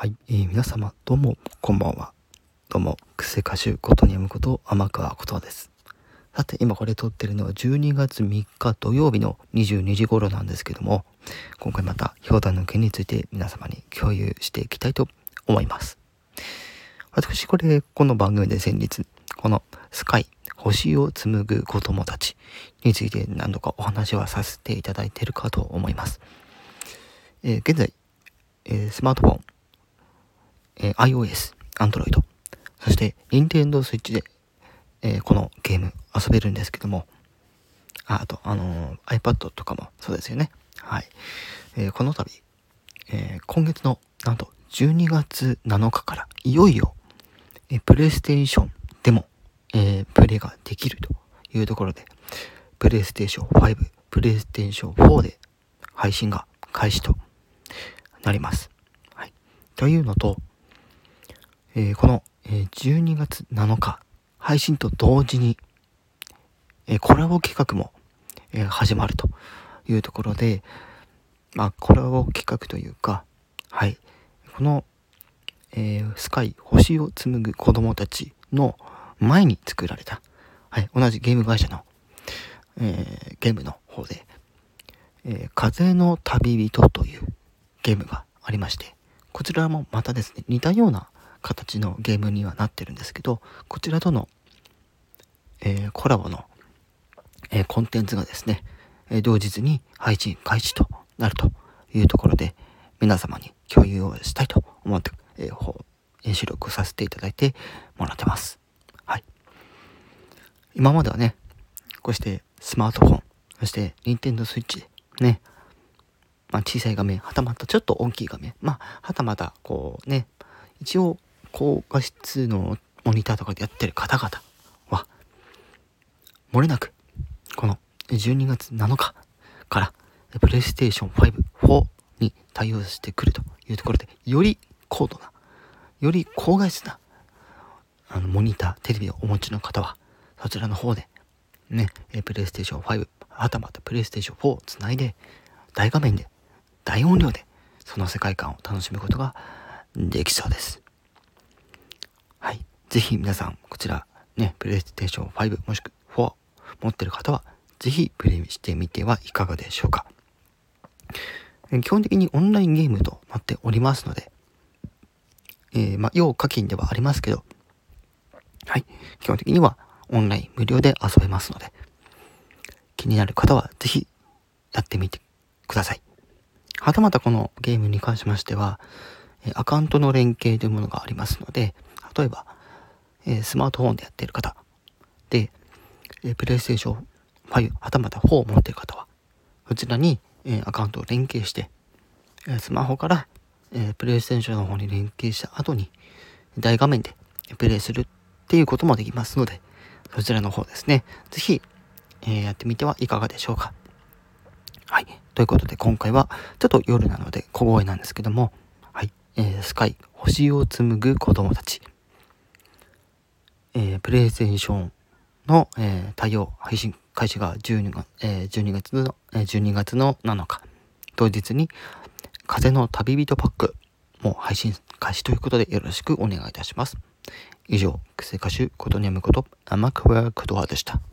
はい、皆様どうもこんばんは。どうもクセ歌手ことにやむこと天川ことです。さて今これ撮ってるのは12月3日土曜日の22時頃なんですけども、今回また氷山の件について皆様に共有していきたいと思います。私この番組で先日このスカイ星を紡ぐ子供たちについて何度かお話はさせていただいているかと思います。現在、スマートフォンiOS、Android、そして Nintendo Switch で、このゲーム遊べるんですけども、あと、iPad とかもそうですよね。はい。この度、今月のなんと12月7日からいよいよ、プレイステーションでも、プレイができるというところで、プレイステーション5、プレイステーション4で配信が開始となります。はい。というのと、この、12月7日配信と同時に、コラボ企画も、始まるというところで、コラボ企画というか、はい、この、スカイ星を紡ぐ子供たちの前に作られた、はい、同じゲーム会社の、ゲームの方で、風の旅人というゲームがありまして、こちらもまたですね、似たような形のゲームにはなってるんですけど、こちらとの、コラボの、コンテンツがですね、同日に配信開始となるというところで、皆様に共有をしたいと思って、収録させていただいてもらってます。はい。今まではね、こうしてスマートフォン、そして Nintendo Switch でね、小さい画面、はたまたちょっと大きい画面、はたまたこうね、一応高画質のモニターとかでやってる方々は漏れなくこの12月7日からプレイステーション5、4に対応してくるというところで、より高度な、より高画質なモニター、テレビをお持ちの方はそちらの方でね、プレイステーション5、はたまたプレイステーション4をつないで大画面で大音量でその世界観を楽しむことができそうです。はい。ぜひ皆さん、こちらね、プレイステーション5もしくは4持ってる方は、ぜひプレイしてみてはいかがでしょうか。基本的にオンラインゲームとなっておりますので、要課金ではありますけど、はい。基本的にはオンライン無料で遊べますので、気になる方はぜひやってみてください。はたまたこのゲームに関しましては、アカウントの連携というものがありますので、例えば、スマートフォンでやっている方で、プレイステーション5、はたまた4を持っている方は、こちらに、アカウントを連携して、スマホから、プレイステーションの方に連携した後に、大画面でプレイするっていうこともできますので、そちらの方ですね、ぜひ、やってみてはいかがでしょうか。はい。ということで今回はちょっと夜なので小声なんですけども、はい。スカイ星を紡ぐ子供たち、プレイステーションの、対応配信開始が12月の7日当日に風の旅人パックも配信開始ということでよろしくお願いいたします。以上、クセ歌手ことにゃむこと天川ことはでした。